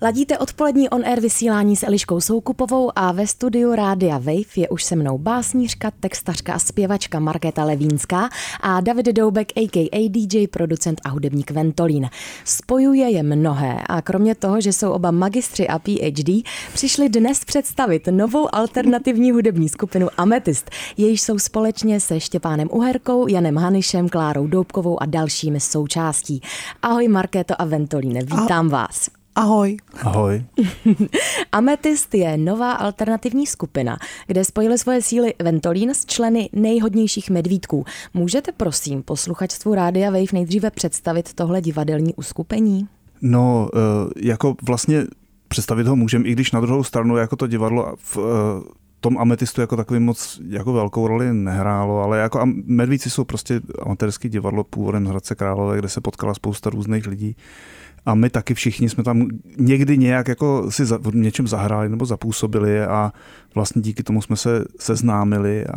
Ladíte odpolední on-air vysílání s Eliškou Soukupovou a ve studiu Rádia Wave je už se mnou básnířka, textařka a zpěvačka Markéta Levínská a David Doubek a.k.a. DJ, producent a hudebník Ventolín. Spojuje je mnohé a kromě toho, že jsou oba magistři a PhD, přišli dnes představit novou alternativní hudební skupinu Amethyst. Jejíž jsou společně se Štěpánem Uherkou, Janem Hanyšem, Klárou Doubkovou a dalšími součástí. Ahoj Markéto a Ventolíne, vítám vás. Ahoj. Ahoj. Amethyst je nová alternativní skupina, kde spojili svoje síly Ventolín s členy nejhodnějších medvídků. Můžete prosím posluchačstvu Rádia Wave nejdříve představit tohle divadelní uskupení? No, jako vlastně představit ho můžeme, i když na druhou stranu jako to divadlo v tom Amethystu jako takový moc jako velkou roli nehrálo, ale jako Medvídci jsou prostě amatérský divadlo původem z Hradce Králové, kde se potkala spousta různých lidí. A my taky všichni jsme tam někdy nějak jako si v něčem zahráli nebo zapůsobili a vlastně díky tomu jsme se seznámili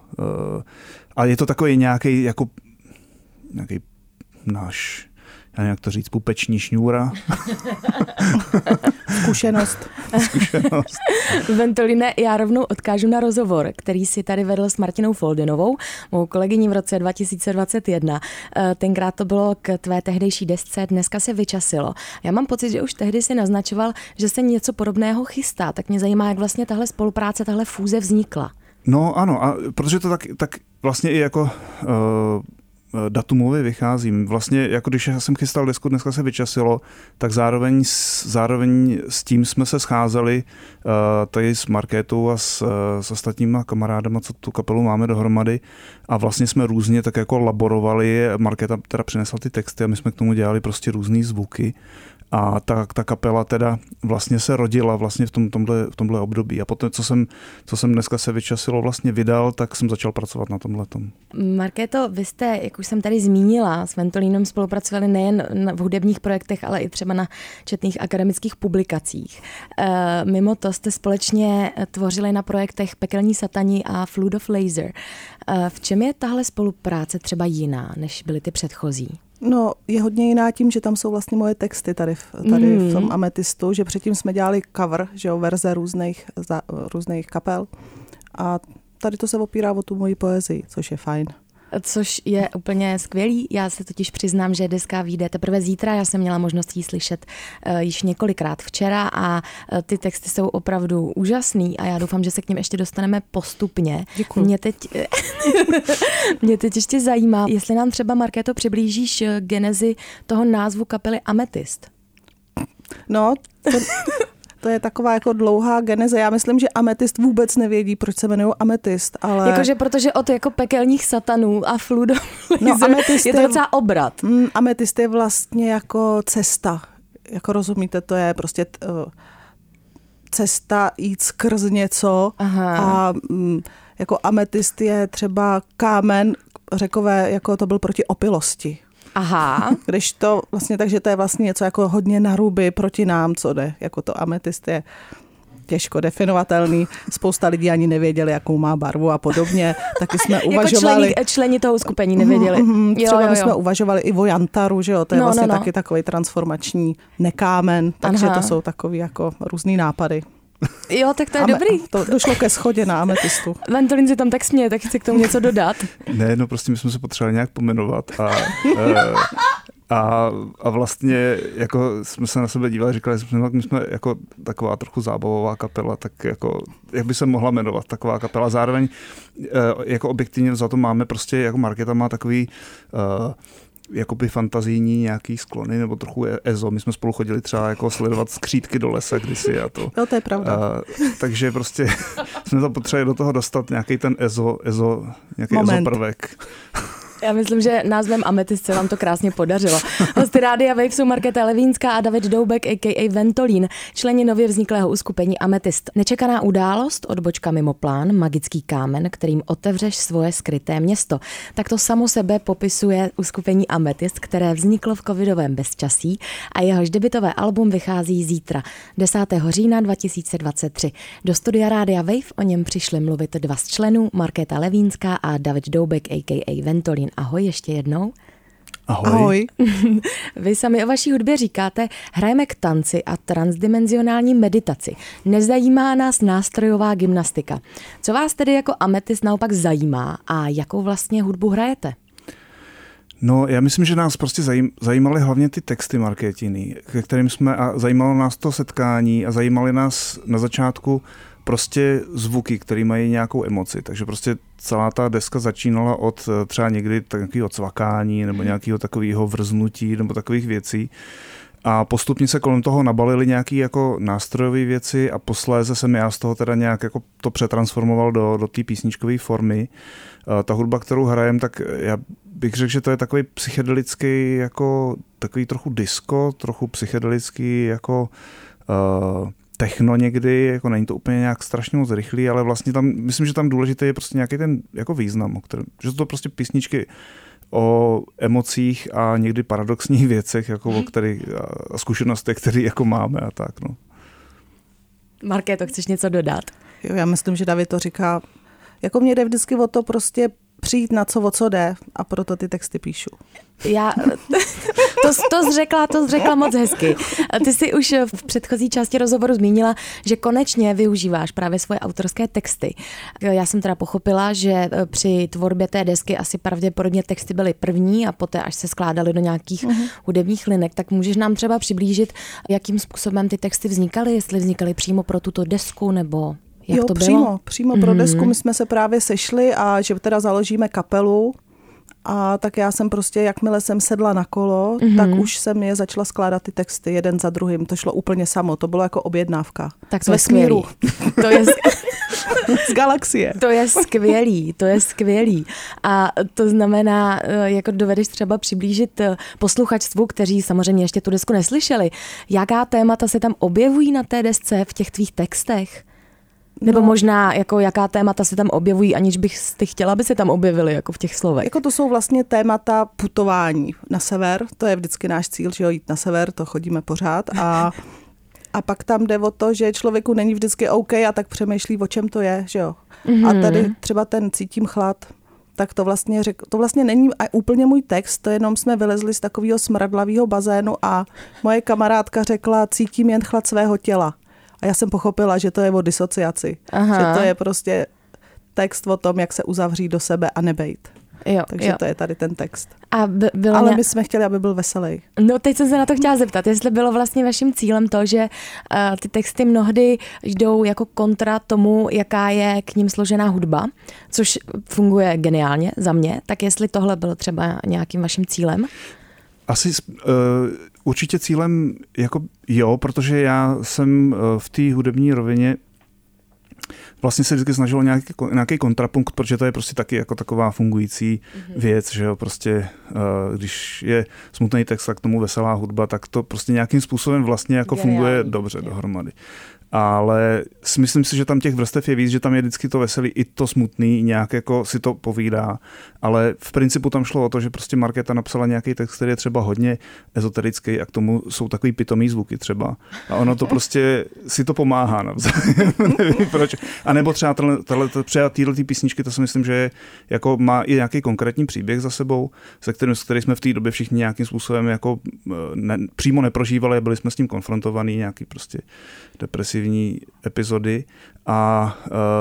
a je to takový nějaký jako nějaký náš, já nevím, jak to říct, pupeční šňůra. Zkušenost. Ventoline, já rovnou odkážu na rozhovor, který si tady vedl s Martinou Foldinovou, mou kolegyní v roce 2021. Tenkrát to bylo k tvé tehdejší desce Dneska se vyčasilo. Já mám pocit, že už tehdy si naznačoval, že se něco podobného chystá, tak mě zajímá, jak vlastně tahle spolupráce, tahle fúze vznikla. No ano, a protože to tak vlastně i jako datumově vycházím. Vlastně, jako když jsem chystal desku Dneska se vyčasilo, tak zároveň s tím jsme se scházeli tady s Markétou a s ostatníma kamarádama, co tu kapelu máme dohromady a vlastně jsme různě tak jako laborovali. Markéta teda přinesla ty texty a my jsme k tomu dělali prostě různý zvuky. A ta kapela teda vlastně se rodila vlastně v tomhle období. A potom, co jsem Dneska se vyčasilo vlastně vydal, tak jsem začal pracovat na tomhletom. Markéto, vy jste, jak už jsem tady zmínila, s Ventolínem spolupracovali nejen v hudebních projektech, ale i třeba na četných akademických publikacích. Mimo to jste společně tvořili na projektech Pekelní satani a Flood of Laser. V čem je tahle spolupráce třeba jiná, než byly ty předchozí? No, je hodně jiná tím, že tam jsou vlastně moje texty tady v tom Amethystu, že předtím jsme dělali cover, že jo, verze různých kapel a tady to se opírá o tu moji poezii, což je fajn. Což je úplně skvělý. Já se totiž přiznám, že deska vyjde teprve zítra. Já jsem měla možnost ji slyšet již několikrát včera a ty texty jsou opravdu úžasný a já doufám, že se k nim ještě dostaneme postupně. Děkuji. Mě teď ještě zajímá, jestli nám třeba, Markéto, přiblížíš genezi toho názvu kapely Amethyst. No, to je taková jako dlouhá geneze. Já myslím, že Amethyst vůbec nevědí, proč se jmenují Amethyst, ale... Jakože protože od jako pekelních satanů a Flood of Laser je to docela obrat. Amethyst je vlastně jako cesta. Jako rozumíte, to je prostě cesta jít skrz něco. Aha. A jako Amethyst je třeba kámen, Řekové, jako to byl proti opilosti. Aha. Když to vlastně, takže to je vlastně něco jako hodně na ruby proti nám, co jde. Jako to Amethyst je těžko definovatelný. Spousta lidí ani nevěděli, jakou má barvu a podobně. Taky jsme uvažovali... Jako členi toho skupení nevěděli. Třeba my jsme uvažovali i o jantaru, že jo, to je vlastně taky takový transformační nekámen, takže to jsou takový jako různý nápady. Jo, tak to je dobrý. To došlo ke shodě na Amethystu. Ventolín si tam tak směje, tak chci k tomu něco dodat. Ne, no prostě my jsme se potřebovali nějak pomenovat a vlastně jako jsme se na sebe dívali, říkali, že my jsme jako taková trochu zábavová kapela, tak jako jak by se mohla jmenovat taková kapela. Zároveň jako objektivně za to máme prostě, jako Markéta má takový jakoby fantazijní nějaký sklony nebo trochu ezo. My jsme spolu chodili třeba jako sledovat skřítky do lesa kdysi a to. No, to je pravda. Takže prostě jsme to potřebovali do toho dostat nějaký ten nějaký ezo prvek. Já myslím, že názvem Amethyst se vám to krásně podařilo. Hosty Rádia Wave jsou Markéta Levínská a David Doubek a.k.a. Ventolín, členi nově vzniklého uskupení Amethyst. Nečekaná událost, odbočka mimo plán, magický kámen, kterým otevřeš svoje skryté město. Tak to samo sebe popisuje uskupení Amethyst, které vzniklo v covidovém bezčasí a jehož debutové album vychází zítra, 10. října 2023. Do studia Rádia Wave o něm přišli mluvit dva z členů, Markéta Levínská a David Doubek a.k.a. Ventolín. Ahoj ještě jednou. Ahoj. Ahoj. Vy sami o vaší hudbě říkáte, hrajeme k tanci a transdimenzionální meditaci. Nezajímá nás nástrojová gymnastika. Co vás tedy jako ametist naopak zajímá a jakou vlastně hudbu hrajete? No, já myslím, že nás prostě zajímaly hlavně ty texty Markétiny, ke kterým jsme, a zajímalo nás to setkání a zajímaly nás na začátku prostě zvuky, které mají nějakou emoci. Takže prostě celá ta deska začínala od třeba někdy takového cvakání nebo nějakého takového vrznutí nebo takových věcí. A postupně se kolem toho nabalily nějaké jako nástrojové věci a posléze jsem já z toho teda nějak jako to přetransformoval do té písničkové formy. Ta hudba, kterou hrajem, tak já bych řekl, že to je takový psychedelický, jako takový trochu disco, trochu psychedelický jako techno někdy, jako není to úplně nějak strašně moc rychlý, ale vlastně tam, myslím, že tam důležitý je prostě nějaký ten jako význam, že to prostě písničky o emocích a někdy paradoxních věcech, jako o kterých, a zkušenostech, které jako máme a tak, no. Markéto, chceš něco dodat? Jo, já myslím, že David to říká, jako mě jde vždycky o to prostě přijít na o co jde a proto ty texty píšu. Já to řekla moc hezky. Ty jsi už v předchozí části rozhovoru zmínila, že konečně využíváš právě svoje autorské texty. Já jsem teda pochopila, že při tvorbě té desky asi pravděpodobně texty byly první a poté až se skládaly do nějakých hudebních linek, tak můžeš nám třeba přiblížit, jakým způsobem ty texty vznikaly, jestli vznikaly přímo pro tuto desku nebo... Jak to bylo? Přímo pro desku. My jsme se právě sešli a že teda založíme kapelu a tak já jsem prostě, jakmile jsem sedla na kolo, tak už jsem je začala skládat ty texty jeden za druhým. To šlo úplně samo, to bylo jako objednávka. Tak to je skvělý. To je z galaxie. To je skvělý. A to znamená, jako dovedeš třeba přiblížit posluchačstvu, kteří samozřejmě ještě tu desku neslyšeli. Jaká témata se tam objevují na té desce v těch tvých textech? Nebo možná, jako jaká témata se tam objevují, aniž bych ty chtěla, aby se tam objevily, jako v těch slovech. Jako to jsou vlastně témata putování na sever, to je vždycky náš cíl, že jo, jít na sever, to chodíme pořád a pak tam jde o to, že člověku není vždycky OK a tak přemýšlí, o čem to je, že jo. A tady třeba ten cítím chlad, tak to vlastně není úplně můj text, to jenom jsme vylezli z takového smradlavého bazénu a moje kamarádka řekla, cítím jen chlad svého těla. A já jsem pochopila, že to je o disociaci. Že to je prostě text o tom, jak se uzavřít do sebe a nebejt. Takže to je tady ten text. Ale my jsme chtěli, aby byl veselý. No teď jsem se na to chtěla zeptat, jestli bylo vlastně vaším cílem to, že ty texty mnohdy jdou jako kontra tomu, jaká je k ním složená hudba, což funguje geniálně za mě, tak jestli tohle bylo třeba nějakým vaším cílem? Asi určitě cílem jako jo, protože já jsem v té hudební rovině vlastně se vždycky snažilo nějaký kontrapunkt, protože to je prostě taky jako taková fungující věc, že jo, prostě když je smutný text, tak k tomu veselá hudba, tak to prostě nějakým způsobem vlastně jako funguje dobře dohromady. Ale myslím si, že tam těch vrstev je víc, že tam je vždycky to veselý i to smutný, nějak jako si to povídá, ale v principu tam šlo o to, že prostě Markéta napsala nějaký text, který je třeba hodně ezoterický a k tomu jsou takový pitomý zvuky třeba. A ono to prostě si to pomáhá navzájem. Nevím proč. A nebo třeba téhle písničky, to si myslím, že jako má i nějaký konkrétní příběh za sebou, se kterým jsme v té době všichni nějakým způsobem jako přímo neprožívali, byli jsme s tím konfrontovaní, nějaký prostě depresivní epizody a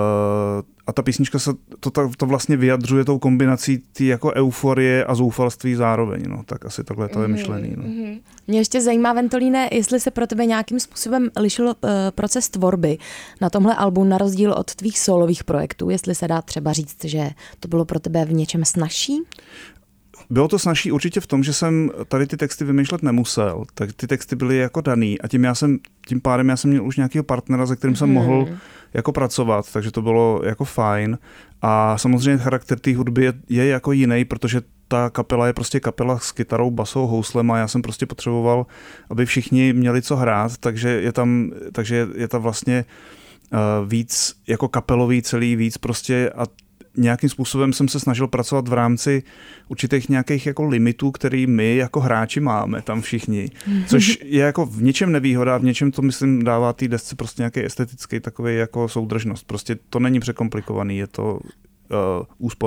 ta písnička to vlastně vyjadřuje tou kombinací ty jako euforie a zoufalství zároveň, no, tak asi takhle to je myšlený. No. Mě ještě zajímá, Ventolíne, jestli se pro tebe nějakým způsobem lišil proces tvorby na tomhle albu na rozdíl od tvých solových projektů, jestli se dá třeba říct, že to bylo pro tebe v něčem snazší? Bylo to snazší určitě v tom, že jsem tady ty texty vymýšlet nemusel, tak ty texty byly jako daný a tím pádem já jsem měl už nějakého partnera, se kterým jsem mohl jako pracovat, takže to bylo jako fajn. A samozřejmě charakter té hudby je jako jiný, protože ta kapela je prostě kapela s kytarou, basou, houslem a já jsem prostě potřeboval, aby všichni měli co hrát, takže je tam vlastně víc jako kapelový celý víc prostě a nějakým způsobem jsem se snažil pracovat v rámci určitých nějakých jako limitů, který my jako hráči máme tam všichni. Což je jako v něčem nevýhoda, v něčem to myslím dává té desce prostě nějaký estetický takový jako soudržnost. Prostě to není překomplikovaný, je to úsporný.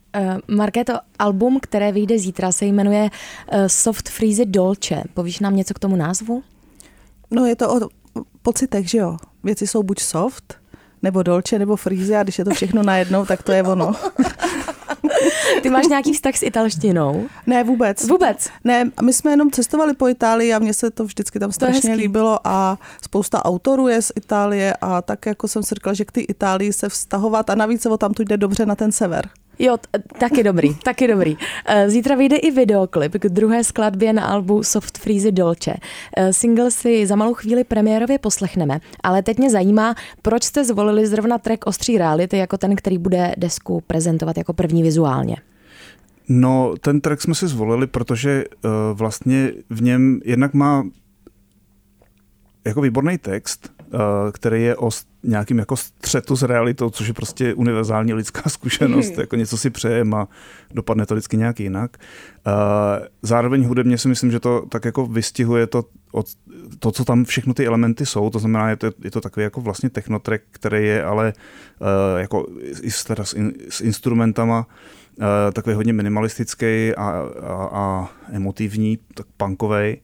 Markéto, album, které vyjde zítra, se jmenuje Soft Freezy Dolce. Povíš nám něco k tomu názvu? No je to o pocitech, že jo. Věci jsou buď soft, nebo dolce, nebo freezy a když je to všechno najednou, tak to je ono. Ty máš nějaký vztah s italštinou? Ne, vůbec. Vůbec? Ne, my jsme jenom cestovali po Itálii a mně se to vždycky tam strašně líbilo a spousta autorů je z Itálie a tak jako jsem si říkala, že k té Itálii se vztahovat a navíc se o tam tu jde dobře na ten sever. Jo, taky dobrý. Zítra vyjde i videoklip k druhé skladbě na albu Soft Freezy Dolce. Single si za malou chvíli premiérově poslechneme, ale teď mě zajímá, proč jste zvolili zrovna track Ostří reality jako ten, který bude desku prezentovat jako první vizuálně. No, ten track jsme si zvolili, protože vlastně v něm jednak má jako výborný text, který je o nějakým jako střetu s realitou, což je prostě univerzální lidská zkušenost, jako něco si přejem a dopadne to vždycky nějak jinak. Zároveň hudebně si myslím, že to tak jako vystihuje to, co tam všechno ty elementy jsou, to znamená, je to takový jako vlastně technotrack, který je ale jako s instrumentama, takový hodně minimalistický a emotivní, tak punkovej.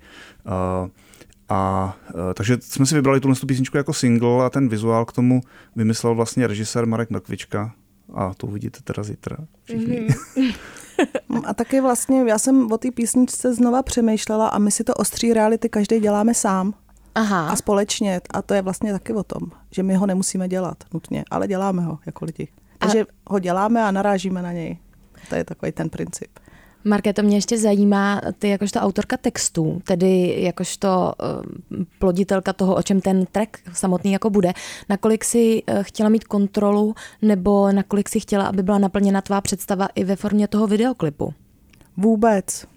Takže jsme si vybrali tuhle písničku jako single a ten vizuál k tomu vymyslel vlastně režisér Marek Mrkvička a to uvidíte teda zítra všichni. A taky vlastně já jsem o té písničce znova přemýšlela a my si to Ostří reality každý děláme sám. Aha. A společně. A to je vlastně taky o tom, že my ho nemusíme dělat nutně, ale děláme ho jako lidi. Takže ho děláme a narážíme na něj. To je takový ten princip. Markéto, mě ještě zajímá, ty jakožto autorka textů, tedy jakožto ploditelka toho, o čem ten track samotný jako bude, nakolik si chtěla mít kontrolu nebo nakolik si chtěla, aby byla naplněna tvá představa i ve formě toho videoklipu? Vůbec.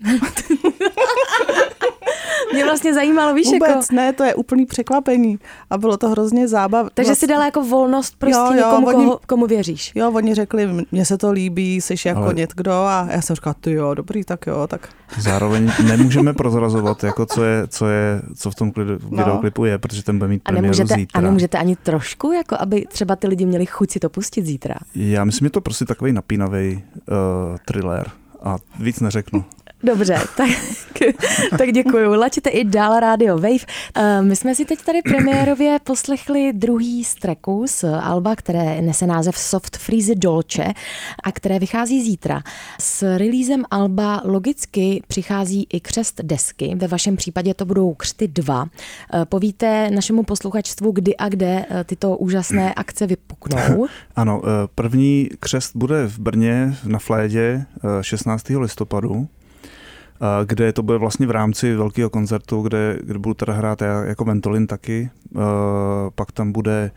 Mě vlastně zajímalo, víš, vůbec jako... ne, to je úplný překvapení a bylo to hrozně zábavné. Takže si dala jako volnost prostě někomu, komu věříš. Jo, oni řekli, mně se to líbí, jsi jako někdo a já jsem říkala, ty jo, dobrý, tak jo, tak. Zároveň nemůžeme prozrazovat, jako co v tom videoklipu je, protože ten bude mít premiéru zítra. A nemůžete ani trošku, jako aby třeba ty lidi měli chuť si to pustit zítra? Já myslím, že to prostě takový napínavý thriller a víc neřeknu. Dobře, tak děkuju. Lačte i dál Radio Wave. My jsme si teď tady premiérově poslechli druhý z tracků z alba, které nese název Soft Freezy Dolce a které vychází zítra. S releasem alba logicky přichází i křest desky. Ve vašem případě to budou křty 2. Povíte našemu posluchačstvu, kdy a kde tyto úžasné akce vypuknou? Ano, první křest bude v Brně na Flédě 16. listopadu. Kde to bude vlastně v rámci velkého koncertu, kde budu teda hrát já jako Ventolin taky. Pak tam bude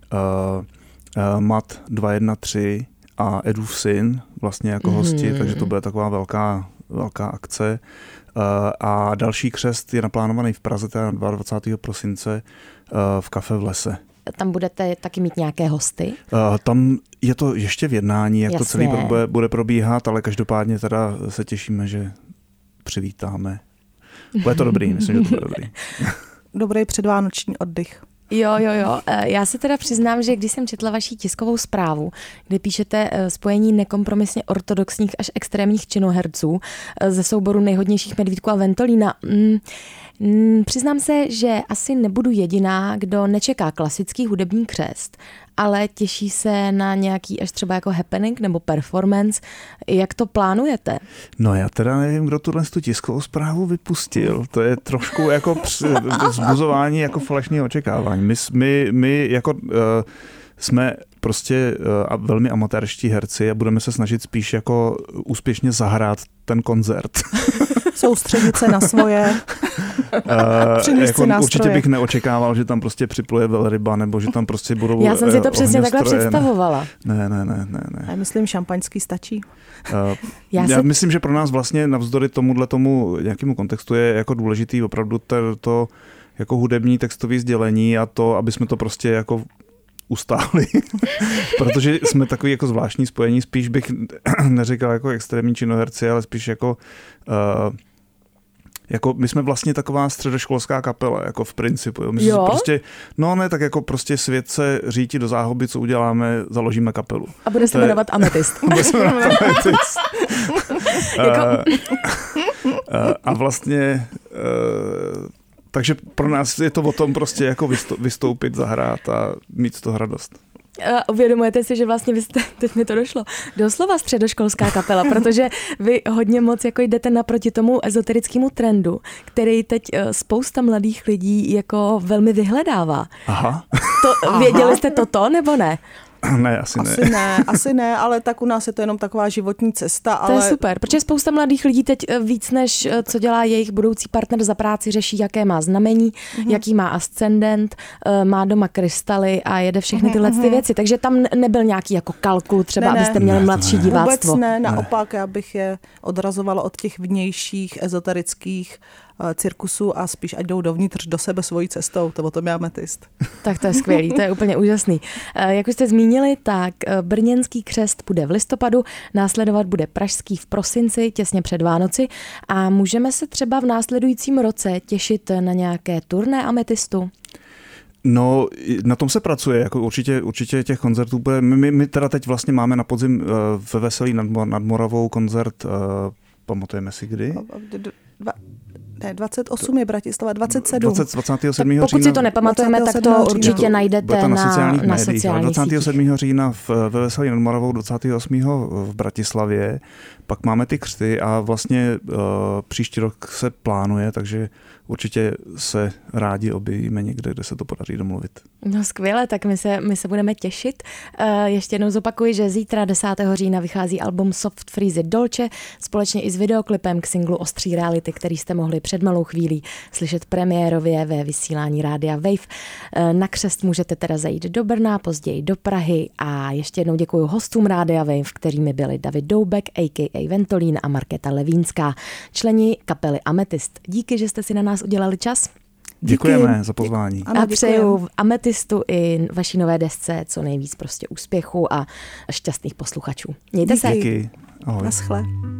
Mat 213 a Edův syn vlastně jako hosti, takže to bude taková velká akce. A další křest je naplánovaný v Praze teda 22. prosince v Kafe v lese. Tam budete taky mít nějaké hosty? Tam je to ještě v jednání, jak Jasně. to celé bude probíhat, ale každopádně teda se těšíme, že přivítáme. Bude to dobrý, myslím, že to bude dobrý. Dobrý předvánoční oddych. Jo. Já se teda přiznám, že když jsem četla vaši tiskovou zprávu, kde píšete spojení nekompromisně ortodoxních až extrémních činoherců ze souboru nejhodnějších Medvídků a Ventolína, přiznám se, že asi nebudu jediná, kdo nečeká klasický hudební křest, ale těší se na nějaký až třeba jako happening nebo performance. Jak to plánujete? No já teda nevím, kdo tu tiskovou zprávu vypustil. To je trošku jako vzbuzování jako falešného očekávání. My jako jsme prostě velmi amatérští herci a budeme se snažit spíš jako úspěšně zahrát ten koncert. Soustředit se na svoje. Jako určitě bych neočekával, že tam prostě připluje velryba, nebo že tam prostě budou Já jsem si to přesně takhle představovala. Ne. Já myslím, šampaňský stačí. Já myslím, že pro nás vlastně navzdory tomu nějakému kontextu je jako důležitý opravdu to jako hudební textový sdělení a to, aby jsme to prostě jako ustáli, protože jsme takový jako zvláštní spojení, spíš bych neříkal jako extrémní činoherci, ale spíš jako jako my jsme vlastně taková středoškolská kapela, jako v principu. Jo? My prostě, no ne, tak jako prostě svět se řítí do záhuby, co uděláme, založíme kapelu. A bude se jmenovat Ametist. A vlastně, takže pro nás je to o tom prostě jako vystoupit, zahrát a mít z toho radost. A uvědomujete si, že vlastně vy jste, teď mi to došlo, doslova středoškolská kapela, protože vy hodně moc jako jdete naproti tomu ezoterickému trendu, který teď spousta mladých lidí jako velmi vyhledává. Aha. Věděli jste toto, nebo ne? Ne, asi ne, ale tak u nás je to jenom taková životní cesta. To je super, protože spousta mladých lidí teď víc než co dělá jejich budoucí partner za práci, řeší, jaké má znamení, jaký má ascendent, má doma krystaly a jede všechny tyhle ty věci. Takže tam nebyl nějaký jako kalkul třeba, abyste měli mladší diváctvo. Vůbec ne, naopak, já bych je odrazovala od těch vnějších ezoterických cirkusu a spíš ať jdou dovnitř do sebe svojí cestou, to o tom je Ametist. Tak to je skvělý, to je úplně úžasný. Jak už jste zmínili, tak brněnský křest bude v listopadu, následovat bude pražský v prosinci, těsně před Vánoci a můžeme se třeba v následujícím roce těšit na nějaké turné Ametistu? No, na tom se pracuje, jako určitě těch koncertů bude. My teda teď vlastně máme na podzim ve Veselí nad Moravou koncert, pamatujeme si kdy? 28 je Bratislava, 27. 27. října. Pokud si to nepamatujeme, tak to určitě najdete na sociálních 27. října ve Veselí nad Moravou, 28. v Bratislavě. Pak máme ty křty a vlastně příští rok se plánuje, takže určitě se rádi objevíme někde, kde se to podaří domluvit. No skvěle, tak my se budeme těšit. Ještě jednou zopakuji, že zítra 10. října vychází album Soft Freeze Dolce společně i s videoklipem k singlu Ostří reality, který jste mohli před malou chvílí slyšet premiérově ve vysílání Rádia Wave. Na křest můžete teda zajít do Brna, později do Prahy a ještě jednou děkuji hostům Rádia Wave, kterými byli David Doubek, a.k.a. Ventolín a Markéta Levínská, členi kapely Ametist. Díky, že jste si na nás udělali čas. Děkujeme za pozvání. A přeju Ametistu i vaší nové desce co nejvíc prostě úspěchu a šťastných posluchačů. Mějte se. Díky. Ahoj. Naschle.